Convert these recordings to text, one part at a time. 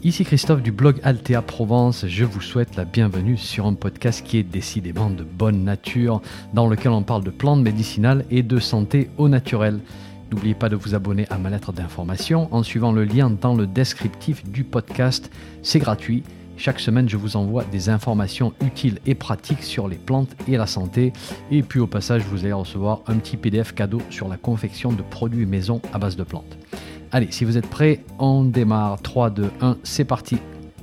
Ici Christophe du blog Altea Provence, je vous souhaite la bienvenue sur un podcast qui est décidément de bonne nature, dans lequel on parle de plantes médicinales et de santé au naturel. N'oubliez pas de vous abonner à ma lettre d'information en suivant le lien dans le descriptif du podcast, c'est gratuit. Chaque semaine, je vous envoie des informations utiles et pratiques sur les plantes et la santé. Et puis au passage, vous allez recevoir un petit PDF cadeau sur la confection de produits maison à base de plantes. Allez, si vous êtes prêts, on démarre. 3, 2, 1, c'est parti.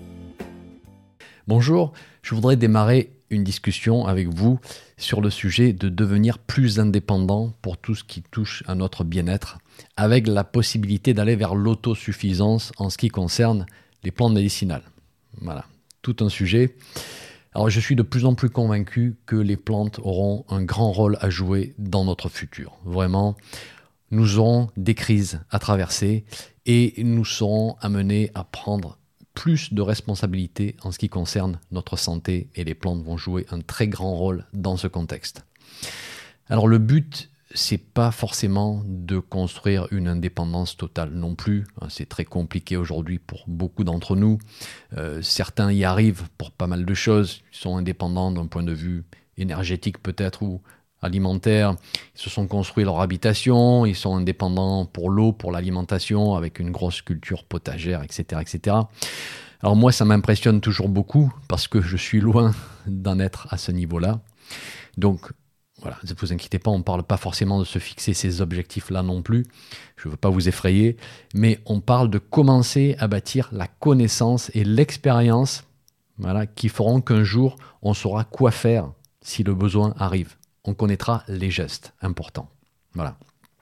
Bonjour, je voudrais démarrer une discussion avec vous sur le sujet de devenir plus indépendant pour tout ce qui touche à notre bien-être, avec la possibilité d'aller vers l'autosuffisance en ce qui concerne les plantes médicinales. Voilà, tout un sujet. Alors je suis de plus en plus convaincu que les plantes auront un grand rôle à jouer dans notre futur. Vraiment, nous aurons des crises à traverser et nous serons amenés à prendre plus de responsabilités en ce qui concerne notre santé, et les plantes vont jouer un très grand rôle dans ce contexte. Alors le but, c'est pas forcément de construire une indépendance totale non plus. C'est très compliqué aujourd'hui pour beaucoup d'entre nous. Certains y arrivent pour pas mal de choses. Ils sont indépendants d'un point de vue énergétique peut-être ou alimentaire. Ils se sont construits leur habitation. Ils sont indépendants pour l'eau, pour l'alimentation, avec une grosse culture potagère, etc., etc. Alors moi, ça m'impressionne toujours beaucoup parce que je suis loin d'en être à ce niveau-là. Donc, voilà, ne vous inquiétez pas, on ne parle pas forcément de se fixer ces objectifs-là non plus. Je ne veux pas vous effrayer, mais on parle de commencer à bâtir la connaissance et l'expérience, voilà, qui feront qu'un jour, on saura quoi faire si le besoin arrive. On connaîtra les gestes importants. Voilà.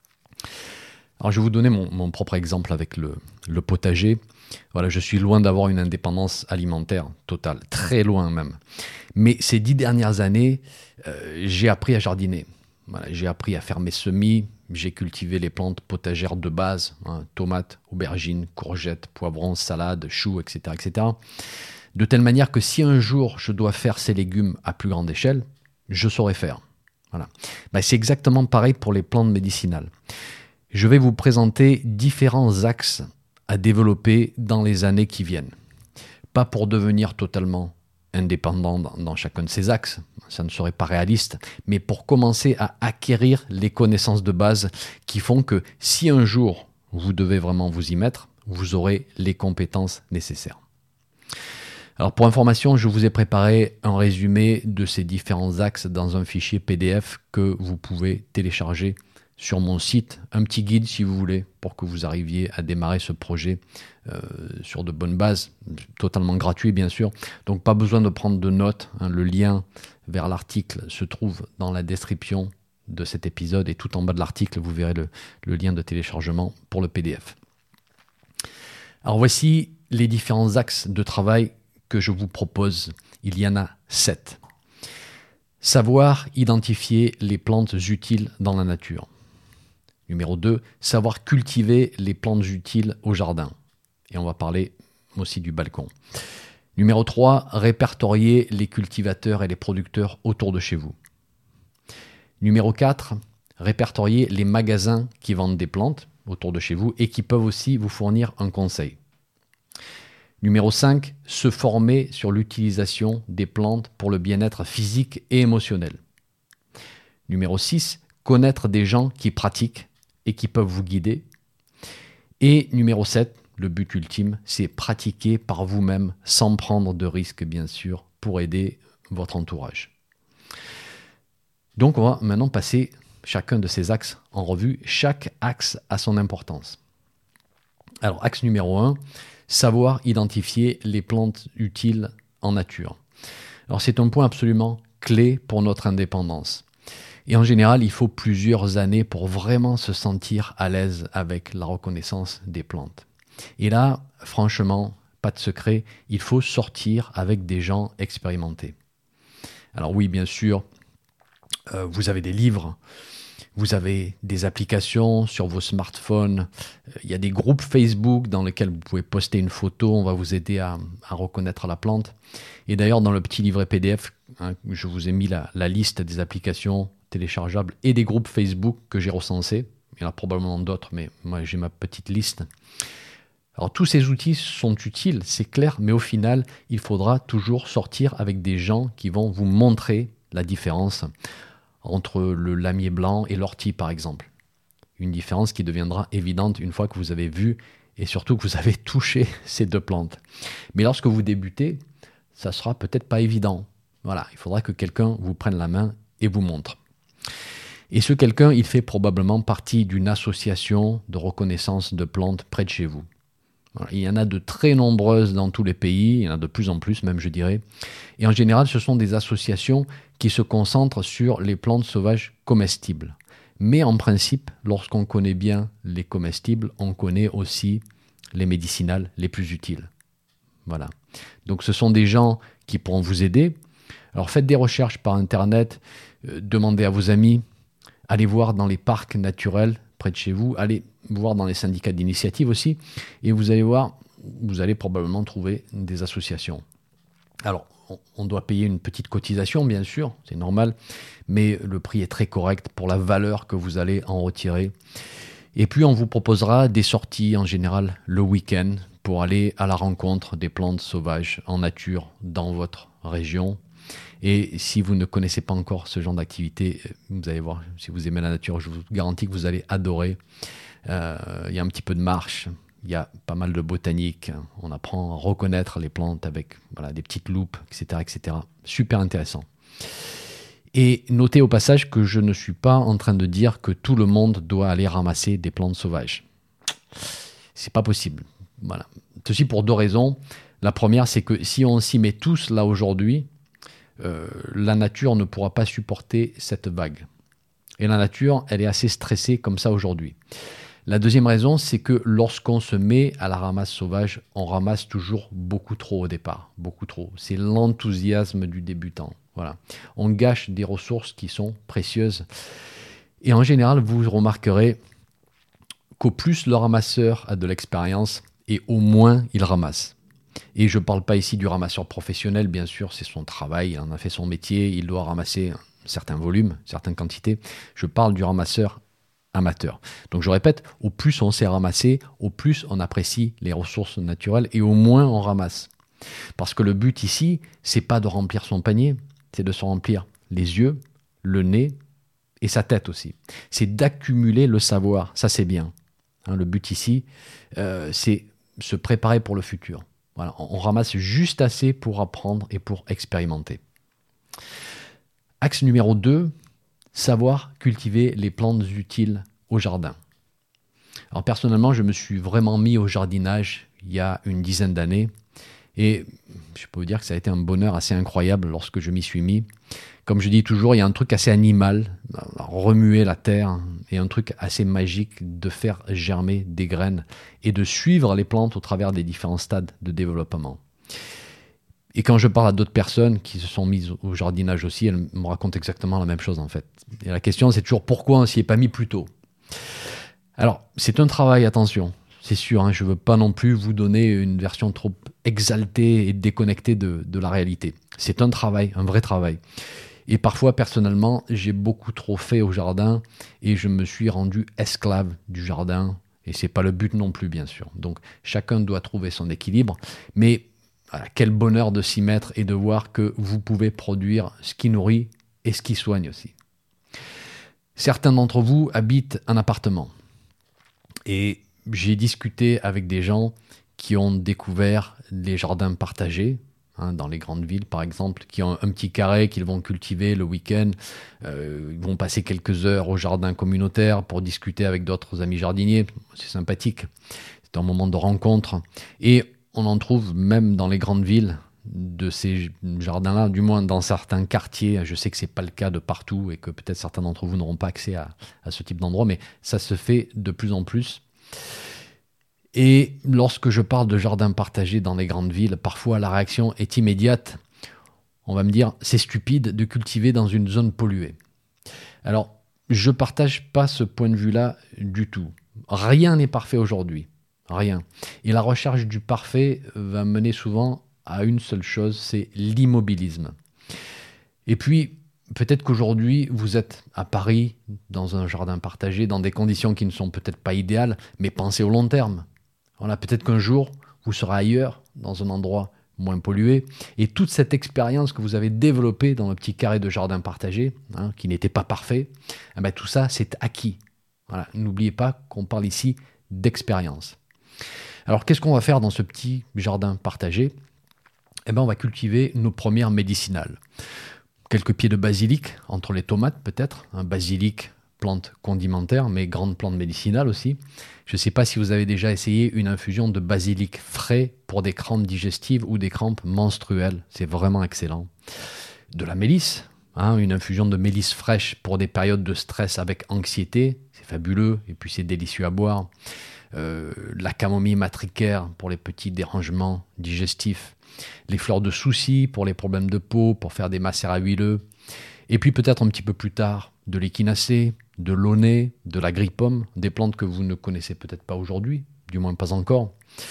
Alors, je vais vous donner mon propre exemple avec le potager. Voilà, je suis loin d'avoir une indépendance alimentaire totale, très loin même. Mais ces 10 dernières années, j'ai appris à jardiner. Voilà, j'ai appris à faire mes semis, j'ai cultivé les plantes potagères de base, tomates, aubergines, courgettes, poivrons, salades, choux, etc., etc. De telle manière que si un jour je dois faire ces légumes à plus grande échelle, je saurai faire. Voilà. C'est exactement pareil pour les plantes médicinales. Je vais vous présenter différents axes à développer dans les années qui viennent. Pas pour devenir totalement indépendant dans chacun de ces axes, ça ne serait pas réaliste, mais pour commencer à acquérir les connaissances de base qui font que si un jour vous devez vraiment vous y mettre, vous aurez les compétences nécessaires. Alors pour information, je vous ai préparé un résumé de ces différents axes dans un fichier PDF que vous pouvez télécharger sur mon site, un petit guide si vous voulez, pour que vous arriviez à démarrer ce projet sur de bonnes bases, totalement gratuit bien sûr, donc pas besoin de prendre de notes, le lien vers l'article se trouve dans la description de cet épisode et tout en bas de l'article vous verrez le lien de téléchargement pour le PDF. Alors voici les différents axes de travail que je vous propose, il y en a 7. Savoir identifier les plantes utiles dans la nature. Numéro 2, savoir cultiver les plantes utiles au jardin. Et on va parler aussi du balcon. Numéro 3, répertorier les cultivateurs et les producteurs autour de chez vous. Numéro 4, répertorier les magasins qui vendent des plantes autour de chez vous et qui peuvent aussi vous fournir un conseil. Numéro 5, se former sur l'utilisation des plantes pour le bien-être physique et émotionnel. Numéro 6, connaître des gens qui pratiquent et qui peuvent vous guider. Et numéro 7, le but ultime, c'est pratiquer par vous-même sans prendre de risques, bien sûr, pour aider votre entourage. Donc, on va maintenant passer chacun de ces axes en revue. Chaque axe a son importance. Alors, axe numéro 1, savoir identifier les plantes utiles en nature. Alors, c'est un point absolument clé pour notre indépendance. Et en général, il faut plusieurs années pour vraiment se sentir à l'aise avec la reconnaissance des plantes. Et là, franchement, pas de secret, il faut sortir avec des gens expérimentés. Alors oui, bien sûr, vous avez des livres, vous avez des applications sur vos smartphones, il y a des groupes Facebook dans lesquels vous pouvez poster une photo, on va vous aider à reconnaître la plante. Et d'ailleurs, dans le petit livret PDF, je vous ai mis la liste des applications téléchargeables et des groupes Facebook que j'ai recensés. Il y en a probablement d'autres, mais moi j'ai ma petite liste. Alors tous ces outils sont utiles, c'est clair, mais au final, il faudra toujours sortir avec des gens qui vont vous montrer la différence entre le lamier blanc et l'ortie par exemple. Une différence qui deviendra évidente une fois que vous avez vu et surtout que vous avez touché ces deux plantes. Mais lorsque vous débutez, ça sera peut-être pas évident. Voilà, il faudra que quelqu'un vous prenne la main et vous montre. Et ce quelqu'un, il fait probablement partie d'une association de reconnaissance de plantes près de chez vous. Voilà, il y en a de très nombreuses dans tous les pays, il y en a de plus en plus même je dirais. Et en général, ce sont des associations qui se concentrent sur les plantes sauvages comestibles. Mais en principe, lorsqu'on connaît bien les comestibles, on connaît aussi les médicinales les plus utiles. Voilà. Donc ce sont des gens qui pourront vous aider. Alors faites des recherches par Internet, demandez à vos amis, allez voir dans les parcs naturels près de chez vous, allez voir dans les syndicats d'initiative aussi, et vous allez voir, vous allez probablement trouver des associations. Alors, on doit payer une petite cotisation, bien sûr, c'est normal, mais le prix est très correct pour la valeur que vous allez en retirer. Et puis, on vous proposera des sorties, en général, le week-end, pour aller à la rencontre des plantes sauvages en nature dans votre région. Et si vous ne connaissez pas encore ce genre d'activité, vous allez voir, si vous aimez la nature, je vous garantis que vous allez adorer. Il y a un petit peu de marche, il y a pas mal de botanique, on apprend à reconnaître les plantes avec des petites loupes, etc., etc. Super intéressant. Et notez au passage que je ne suis pas en train de dire que tout le monde doit aller ramasser des plantes sauvages. C'est pas possible. Voilà. Ceci pour deux raisons. La première, c'est que si on s'y met tous là aujourd'hui, la nature ne pourra pas supporter cette vague. Et la nature, elle est assez stressée comme ça aujourd'hui. La deuxième raison, c'est que lorsqu'on se met à la ramasse sauvage, on ramasse toujours beaucoup trop au départ, beaucoup trop. C'est l'enthousiasme du débutant. Voilà. On gâche des ressources qui sont précieuses. Et en général, vous remarquerez qu'au plus le ramasseur a de l'expérience, et au moins il ramasse. Et je ne parle pas ici du ramasseur professionnel, bien sûr, c'est son travail, il en a fait son métier, il doit ramasser certains volumes, certaines quantités. Je parle du ramasseur amateur. Donc je répète, au plus on sait ramasser, au plus on apprécie les ressources naturelles et au moins on ramasse. Parce que le but ici, c'est pas de remplir son panier, c'est de se remplir les yeux, le nez et sa tête aussi. C'est d'accumuler le savoir, ça c'est bien. Le but ici, c'est se préparer pour le futur. Voilà, on ramasse juste assez pour apprendre et pour expérimenter. Axe numéro 2, savoir cultiver les plantes utiles au jardin. Alors personnellement, je me suis vraiment mis au jardinage il y a une dizaine d'années et je peux vous dire que ça a été un bonheur assez incroyable lorsque je m'y suis mis. Comme je dis toujours, il y a un truc assez animal, remuer la terre, et un truc assez magique de faire germer des graines et de suivre les plantes au travers des différents stades de développement. Et quand je parle à d'autres personnes qui se sont mises au jardinage aussi, elles me racontent exactement la même chose en fait. Et la question c'est toujours pourquoi on s'y est pas mis plus tôt. Alors c'est un travail, attention, c'est sûr, je ne veux pas non plus vous donner une version trop exaltée et déconnectée de la réalité. C'est un travail, un vrai travail. Et parfois, personnellement, j'ai beaucoup trop fait au jardin et je me suis rendu esclave du jardin. Et ce n'est pas le but non plus, bien sûr. Donc, chacun doit trouver son équilibre. Mais voilà, quel bonheur de s'y mettre et de voir que vous pouvez produire ce qui nourrit et ce qui soigne aussi. Certains d'entre vous habitent un appartement. Et j'ai discuté avec des gens qui ont découvert les jardins partagés, dans les grandes villes par exemple, qui ont un petit carré qu'ils vont cultiver le week-end. Ils vont passer quelques heures au jardin communautaire pour discuter avec d'autres amis jardiniers. C'est sympathique. C'est un moment de rencontre. Et on en trouve même dans les grandes villes de ces jardins-là, du moins dans certains quartiers. Je sais que ce n'est pas le cas de partout et que peut-être certains d'entre vous n'auront pas accès à ce type d'endroit, mais ça se fait de plus en plus. Et lorsque je parle de jardin partagé dans les grandes villes, parfois la réaction est immédiate. On va me dire, c'est stupide de cultiver dans une zone polluée. Alors, je ne partage pas ce point de vue-là du tout. Rien n'est parfait aujourd'hui. Rien. Et la recherche du parfait va mener souvent à une seule chose, c'est l'immobilisme. Et puis, peut-être qu'aujourd'hui, vous êtes à Paris, dans un jardin partagé, dans des conditions qui ne sont peut-être pas idéales, mais pensez au long terme. Voilà, peut-être qu'un jour, vous serez ailleurs, dans un endroit moins pollué, et toute cette expérience que vous avez développée dans le petit carré de jardin partagé, qui n'était pas parfait, tout ça, c'est acquis. Voilà, n'oubliez pas qu'on parle ici d'expérience. Alors, qu'est-ce qu'on va faire dans ce petit jardin partagé ? On va cultiver nos premières médicinales. Quelques pieds de basilic, entre les tomates peut-être, un basilic, plante condimentaire, mais grande plante médicinale aussi. Je ne sais pas si vous avez déjà essayé une infusion de basilic frais pour des crampes digestives ou des crampes menstruelles. C'est vraiment excellent. De la mélisse, une infusion de mélisse fraîche pour des périodes de stress avec anxiété. C'est fabuleux et puis c'est délicieux à boire. La camomille matricaire pour les petits dérangements digestifs. Les fleurs de souci pour les problèmes de peau, pour faire des macérats huileux. Et puis peut-être un petit peu plus tard, de l'échinacée, de l'aunay, de la grille-pomme, des plantes que vous ne connaissez peut-être pas aujourd'hui, du moins pas encore.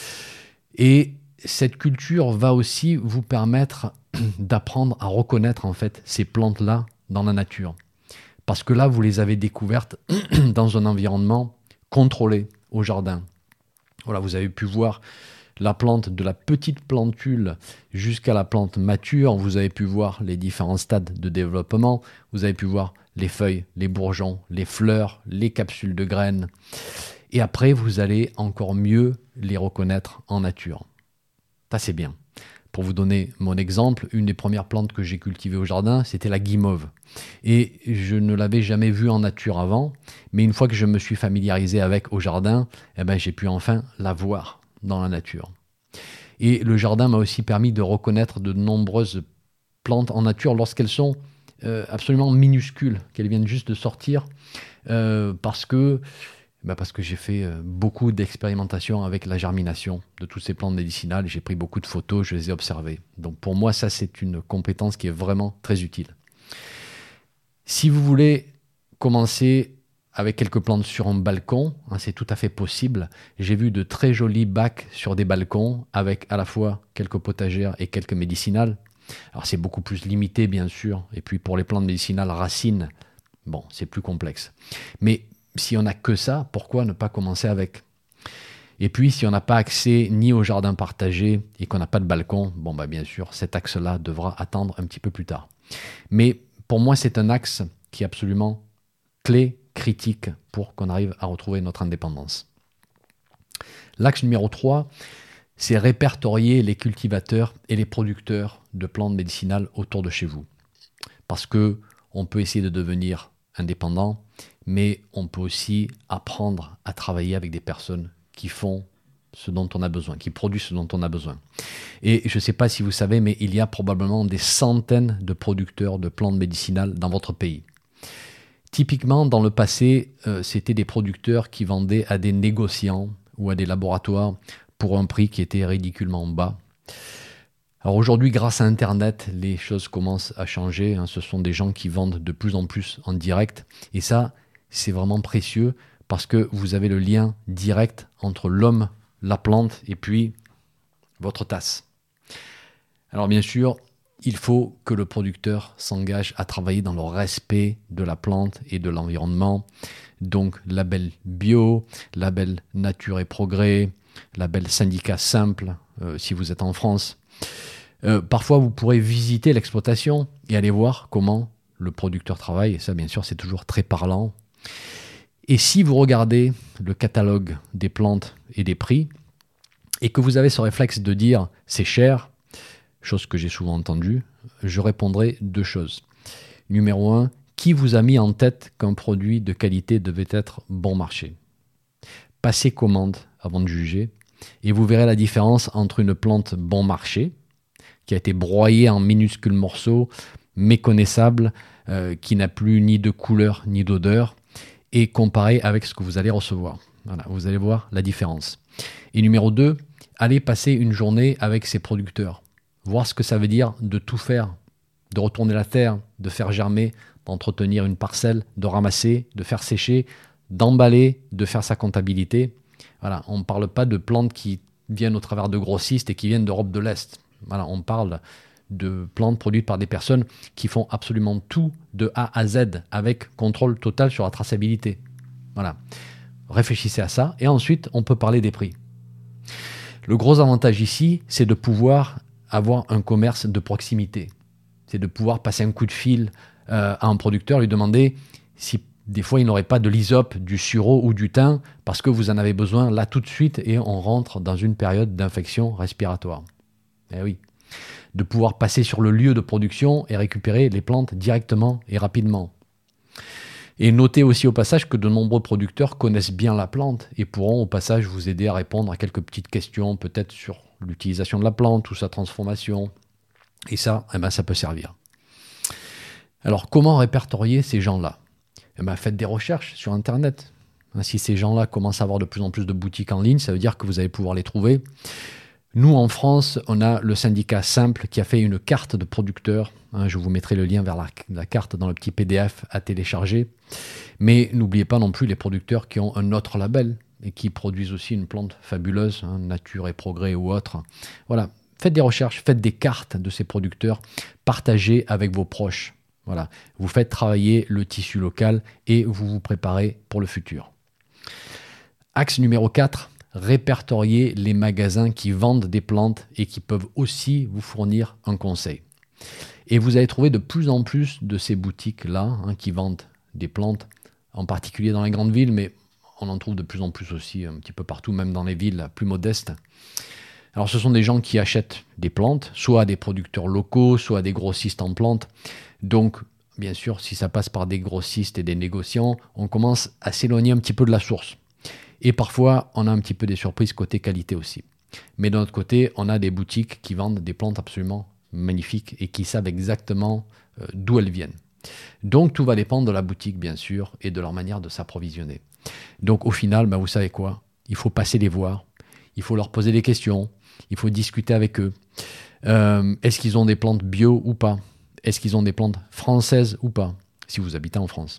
Et cette culture va aussi vous permettre d'apprendre à reconnaître en fait ces plantes-là dans la nature. Parce que là, vous les avez découvertes dans un environnement contrôlé au jardin. Voilà, vous avez pu voir la plante de la petite plantule jusqu'à la plante mature. Vous avez pu voir les différents stades de développement. Vous avez pu voir les feuilles, les bourgeons, les fleurs, les capsules de graines. Et après, vous allez encore mieux les reconnaître en nature. Ça, c'est bien. Pour vous donner mon exemple, une des premières plantes que j'ai cultivées au jardin, c'était la guimauve. Et je ne l'avais jamais vue en nature avant, mais une fois que je me suis familiarisé avec au jardin, j'ai pu enfin la voir dans la nature. Et le jardin m'a aussi permis de reconnaître de nombreuses plantes en nature lorsqu'elles sont absolument minuscules, qu'elles viennent juste de sortir, parce que j'ai fait beaucoup d'expérimentations avec la germination de toutes ces plantes médicinales. J'ai pris beaucoup de photos, je les ai observées. Donc pour moi, ça, c'est une compétence qui est vraiment très utile. Si vous voulez commencer avec quelques plantes sur un balcon, c'est tout à fait possible. J'ai vu de très jolis bacs sur des balcons avec à la fois quelques potagères et quelques médicinales. Alors c'est beaucoup plus limité, bien sûr. Et puis pour les plantes médicinales racines, c'est plus complexe. Mais si on n'a que ça, pourquoi ne pas commencer avec ? Et puis, si on n'a pas accès ni au jardin partagé et qu'on n'a pas de balcon, bien sûr, cet axe-là devra attendre un petit peu plus tard. Mais pour moi, c'est un axe qui est absolument clé, critique pour qu'on arrive à retrouver notre indépendance. L'axe numéro 3, c'est répertorier les cultivateurs et les producteurs de plantes médicinales autour de chez vous. Parce que on peut essayer de devenir indépendant, mais on peut aussi apprendre à travailler avec des personnes qui font ce dont on a besoin, qui produisent ce dont on a besoin. Et je ne sais pas si vous savez, mais il y a probablement des centaines de producteurs de plantes médicinales dans votre pays. Typiquement, dans le passé, c'était des producteurs qui vendaient à des négociants ou à des laboratoires pour un prix qui était ridiculement bas. Alors aujourd'hui, grâce à Internet, les choses commencent à changer. Ce sont des gens qui vendent de plus en plus en direct. Et ça, c'est vraiment précieux parce que vous avez le lien direct entre l'homme, la plante et puis votre tasse. Alors bien sûr, il faut que le producteur s'engage à travailler dans le respect de la plante et de l'environnement. Donc label bio, label nature et progrès, label syndicat simple si vous êtes en France. Parfois vous pourrez visiter l'exploitation et aller voir comment le producteur travaille. Et ça bien sûr c'est toujours très parlant. Et si vous regardez le catalogue des plantes et des prix et que vous avez ce réflexe de dire c'est cher, chose que j'ai souvent entendue, je répondrai 2 choses. Numéro 1, qui vous a mis en tête qu'un produit de qualité devait être bon marché ? Passez commande avant de juger et vous verrez la différence entre une plante bon marché, qui a été broyée en minuscules morceaux, méconnaissable, qui n'a plus ni de couleur ni d'odeur, et comparé avec ce que vous allez recevoir. Voilà, vous allez voir la différence. Et numéro 2, allez passer une journée avec ces producteurs. Voir ce que ça veut dire de tout faire, de retourner la terre, de faire germer, d'entretenir une parcelle, de ramasser, de faire sécher, d'emballer, de faire sa comptabilité. Voilà, on ne parle pas de plantes qui viennent au travers de grossistes et qui viennent d'Europe de l'Est. Voilà, on parle de plantes produites par des personnes qui font absolument tout de A à Z avec contrôle total sur la traçabilité. Voilà. Réfléchissez à ça et ensuite on peut parler des prix. Le gros avantage ici, c'est de pouvoir avoir un commerce de proximité. C'est de pouvoir passer un coup de fil à un producteur, lui demander si des fois il n'aurait pas de l'hysope, du sureau ou du thym parce que vous en avez besoin là tout de suite et on rentre dans une période d'infection respiratoire. Eh oui. De pouvoir passer sur le lieu de production et récupérer les plantes directement et rapidement. Et notez aussi au passage que de nombreux producteurs connaissent bien la plante et pourront au passage vous aider à répondre à quelques petites questions, peut-être sur l'utilisation de la plante ou sa transformation. Et ça, ça peut servir. Alors, comment répertorier ces gens-là ? Faites des recherches sur Internet. Si ces gens-là commencent à avoir de plus en plus de boutiques en ligne, ça veut dire que vous allez pouvoir les trouver. Nous, en France, on a le syndicat Simple qui a fait une carte de producteurs. Je vous mettrai le lien vers la carte dans le petit PDF à télécharger. Mais n'oubliez pas non plus les producteurs qui ont un autre label et qui produisent aussi une plante fabuleuse, Nature et Progrès ou autre. Voilà, faites des recherches, faites des cartes de ces producteurs, partagez avec vos proches. Voilà, vous faites travailler le tissu local et vous vous préparez pour le futur. Axe numéro 4. Répertorier les magasins qui vendent des plantes et qui peuvent aussi vous fournir un conseil. Et vous allez trouver de plus en plus de ces boutiques-là qui vendent des plantes, en particulier dans les grandes villes, mais on en trouve de plus en plus aussi un petit peu partout, même dans les villes plus modestes. Alors ce sont des gens qui achètent des plantes, soit à des producteurs locaux, soit à des grossistes en plantes. Donc, bien sûr, si ça passe par des grossistes et des négociants, on commence à s'éloigner un petit peu de la source. Et parfois, on a un petit peu des surprises côté qualité aussi. Mais d'un autre côté, on a des boutiques qui vendent des plantes absolument magnifiques et qui savent exactement d'où elles viennent. Donc, tout va dépendre de la boutique, bien sûr, et de leur manière de s'approvisionner. Donc, au final, vous savez quoi ? Il faut passer les voir, il faut leur poser des questions, il faut discuter avec eux. Est-ce qu'ils ont des plantes bio ou pas ? Est-ce qu'ils ont des plantes françaises ou pas ? Si vous habitez en France.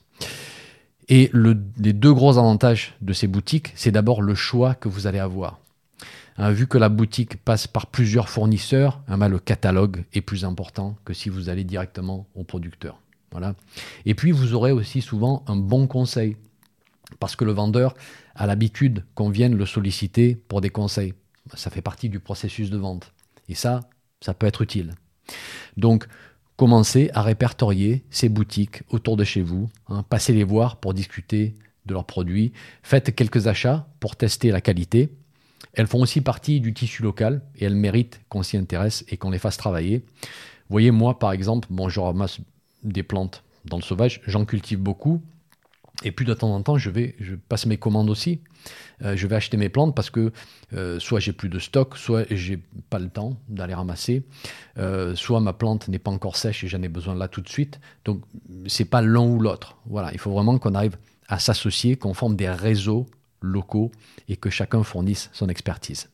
Et les deux gros avantages de ces boutiques, c'est d'abord le choix que vous allez avoir. Vu que la boutique passe par plusieurs fournisseurs, le catalogue est plus important que si vous allez directement au producteur. Voilà. Et puis, vous aurez aussi souvent un bon conseil, parce que le vendeur a l'habitude qu'on vienne le solliciter pour des conseils. Ça fait partie du processus de vente. Et ça peut être utile. Donc, commencez à répertorier ces boutiques autour de chez vous. Passez les voir pour discuter de leurs produits. Faites quelques achats pour tester la qualité. Elles font aussi partie du tissu local et elles méritent qu'on s'y intéresse et qu'on les fasse travailler. Vous voyez, moi, par exemple, je ramasse des plantes dans le sauvage. J'en cultive beaucoup. Et puis de temps en temps, je passe mes commandes aussi. Je vais acheter mes plantes parce que soit j'ai plus de stock, soit j'ai pas le temps d'aller ramasser, soit ma plante n'est pas encore sèche et j'en ai besoin là tout de suite. Donc c'est pas l'un ou l'autre. Voilà, il faut vraiment qu'on arrive à s'associer, qu'on forme des réseaux locaux et que chacun fournisse son expertise.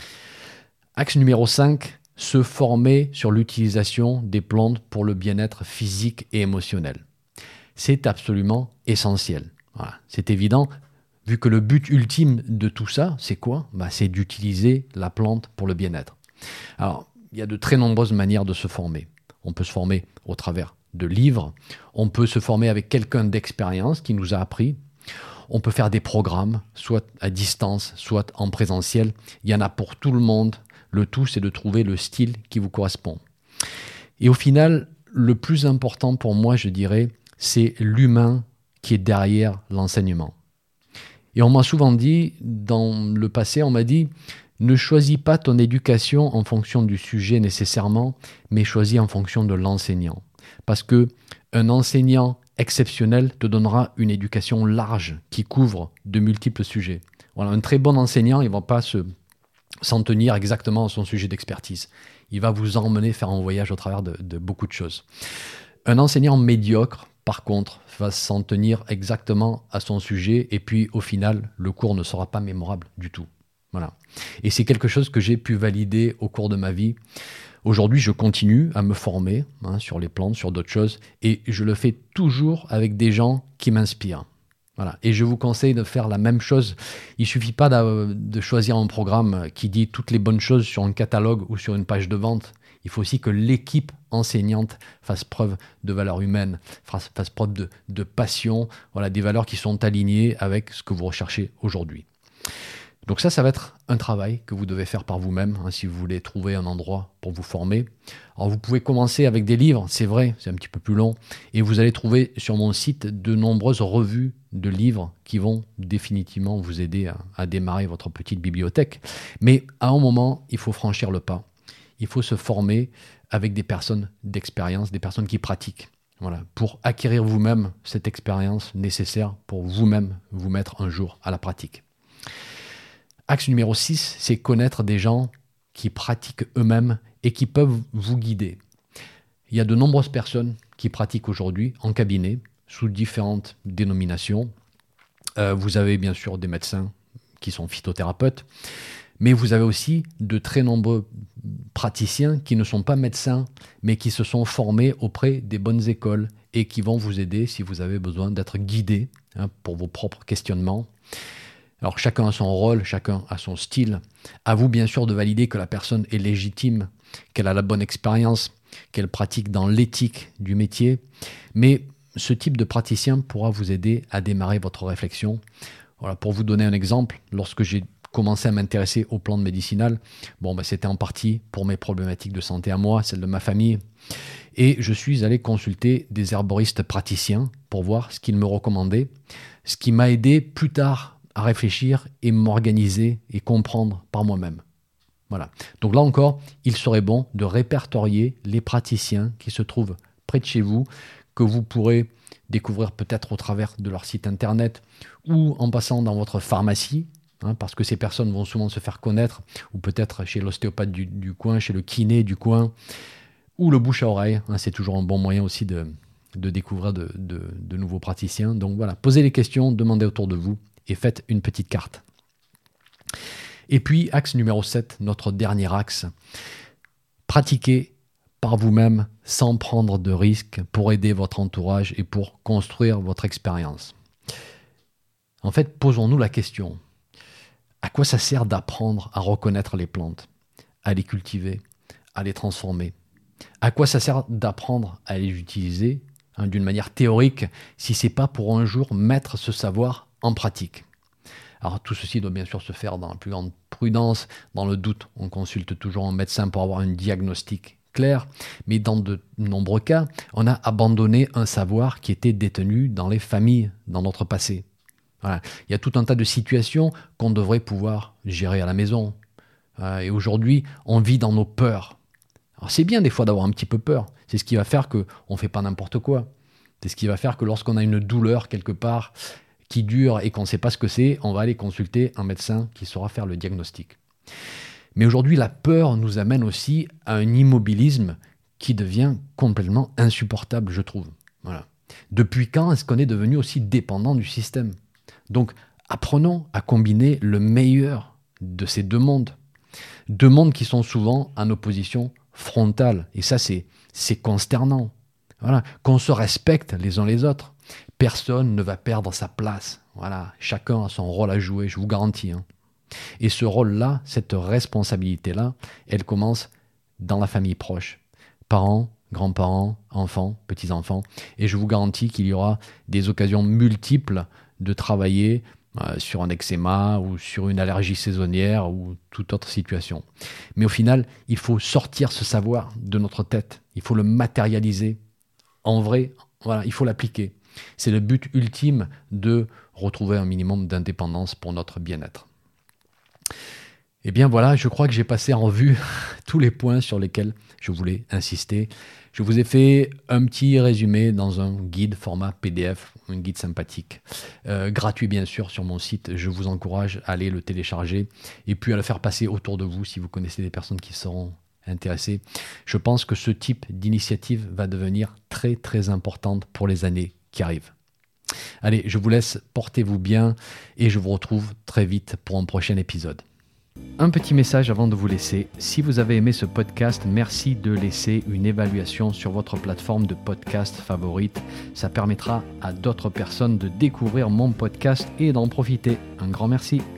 Axe numéro 5, se former sur l'utilisation des plantes pour le bien-être physique et émotionnel. C'est absolument essentiel. Voilà, c'est évident, vu que le but ultime de tout ça, c'est quoi ? C'est d'utiliser la plante pour le bien-être. Alors, il y a de très nombreuses manières de se former. On peut se former au travers de livres, on peut se former avec quelqu'un d'expérience qui nous a appris, on peut faire des programmes, soit à distance, soit en présentiel. Il y en a pour tout le monde. Le tout, c'est de trouver le style qui vous correspond. Et au final, le plus important pour moi, je dirais, c'est l'humain qui est derrière l'enseignement. Et on m'a souvent dit, dans le passé, on m'a dit, ne choisis pas ton éducation en fonction du sujet nécessairement, mais choisis en fonction de l'enseignant. Parce qu'un enseignant exceptionnel te donnera une éducation large qui couvre de multiples sujets. Voilà, un très bon enseignant, il ne va pas s'en tenir exactement à son sujet d'expertise. Il va vous emmener faire un voyage au travers de beaucoup de choses. Un enseignant médiocre, par contre, va s'en tenir exactement à son sujet et puis au final, le cours ne sera pas mémorable du tout. Voilà. Et c'est quelque chose que j'ai pu valider au cours de ma vie. Aujourd'hui, je continue à me former sur les plantes, sur d'autres choses et je le fais toujours avec des gens qui m'inspirent. Voilà. Et je vous conseille de faire la même chose. Il ne suffit pas de choisir un programme qui dit toutes les bonnes choses sur un catalogue ou sur une page de vente. Il faut aussi que l'équipe enseignante fasse preuve de valeurs humaines, fasse preuve de passion, voilà, des valeurs qui sont alignées avec ce que vous recherchez aujourd'hui. Donc ça va être un travail que vous devez faire par vous-même si vous voulez trouver un endroit pour vous former. Alors vous pouvez commencer avec des livres, c'est vrai, c'est un petit peu plus long, et vous allez trouver sur mon site de nombreuses revues de livres qui vont définitivement vous aider à démarrer votre petite bibliothèque. Mais à un moment, il faut franchir le pas. Il faut se former avec des personnes d'expérience, des personnes qui pratiquent. Voilà, pour acquérir vous-même cette expérience nécessaire pour vous-même vous mettre un jour à la pratique. Axe numéro 6, c'est connaître des gens qui pratiquent eux-mêmes et qui peuvent vous guider. Il y a de nombreuses personnes qui pratiquent aujourd'hui en cabinet, sous différentes dénominations. Vous avez bien sûr des médecins qui sont phytothérapeutes, mais vous avez aussi de très nombreux praticiens qui ne sont pas médecins, mais qui se sont formés auprès des bonnes écoles et qui vont vous aider si vous avez besoin d'être guidé pour vos propres questionnements. Alors chacun a son rôle, chacun a son style. À vous bien sûr de valider que la personne est légitime, qu'elle a la bonne expérience, qu'elle pratique dans l'éthique du métier. Mais ce type de praticien pourra vous aider à démarrer votre réflexion. Voilà, pour vous donner un exemple, lorsque j'ai commencé à m'intéresser aux plantes médicinales, c'était en partie pour mes problématiques de santé à moi, celles de ma famille. Et je suis allé consulter des herboristes praticiens pour voir ce qu'ils me recommandaient, ce qui m'a aidé plus tard à réfléchir et m'organiser et comprendre par moi-même. Voilà. Donc là encore, il serait bon de répertorier les praticiens qui se trouvent près de chez vous, que vous pourrez découvrir peut-être au travers de leur site internet ou en passant dans votre pharmacie, parce que ces personnes vont souvent se faire connaître, ou peut-être chez l'ostéopathe du coin, chez le kiné du coin, ou le bouche à oreille. C'est toujours un bon moyen aussi de découvrir de nouveaux praticiens. Donc voilà, posez les questions, demandez autour de vous, et faites une petite carte. Et puis, axe numéro 7, notre dernier axe. Pratiquez par vous-même sans prendre de risques pour aider votre entourage et pour construire votre expérience. En fait, posons-nous la question. À quoi ça sert d'apprendre à reconnaître les plantes, à les cultiver, à les transformer? À quoi ça sert d'apprendre à les utiliser d'une manière théorique si ce n'est pas pour un jour mettre ce savoir en pratique? Alors tout ceci doit bien sûr se faire dans la plus grande prudence. Dans le doute, on consulte toujours un médecin pour avoir un diagnostic clair. Mais dans de nombreux cas, on a abandonné un savoir qui était détenu dans les familles, dans notre passé. Voilà. Il y a tout un tas de situations qu'on devrait pouvoir gérer à la maison. Et aujourd'hui, on vit dans nos peurs. Alors c'est bien des fois d'avoir un petit peu peur. C'est ce qui va faire qu'on ne fait pas n'importe quoi. C'est ce qui va faire que lorsqu'on a une douleur quelque part qui dure et qu'on ne sait pas ce que c'est, on va aller consulter un médecin qui saura faire le diagnostic. Mais aujourd'hui, la peur nous amène aussi à un immobilisme qui devient complètement insupportable, je trouve. Voilà. Depuis quand est-ce qu'on est devenu aussi dépendant du système? Donc, apprenons à combiner le meilleur de ces deux mondes qui sont souvent en opposition frontale. Et ça, c'est consternant. Voilà. Qu'on se respecte les uns les autres. Personne ne va perdre sa place. Voilà. Chacun a son rôle à jouer, je vous garantis. Et ce rôle-là, cette responsabilité-là, elle commence dans la famille proche. Parents, grands-parents, enfants, petits-enfants. Et je vous garantis qu'il y aura des occasions multiples de travailler sur un eczéma ou sur une allergie saisonnière ou toute autre situation. Mais au final, il faut sortir ce savoir de notre tête. Il faut le matérialiser. En vrai, voilà, il faut l'appliquer. C'est le but ultime de retrouver un minimum d'indépendance pour notre bien-être. Eh bien voilà, je crois que j'ai passé en revue tous les points sur lesquels je voulais insister. Je vous ai fait un petit résumé dans un guide format PDF, un guide sympathique, gratuit bien sûr sur mon site. Je vous encourage à aller le télécharger et puis à le faire passer autour de vous si vous connaissez des personnes qui seront intéressées. Je pense que ce type d'initiative va devenir très très importante pour les années qui arrivent. Allez, je vous laisse, portez-vous bien et je vous retrouve très vite pour un prochain épisode. Un petit message avant de vous laisser. Si vous avez aimé ce podcast, merci de laisser une évaluation sur votre plateforme de podcast favorite. Ça permettra à d'autres personnes de découvrir mon podcast et d'en profiter. Un grand merci.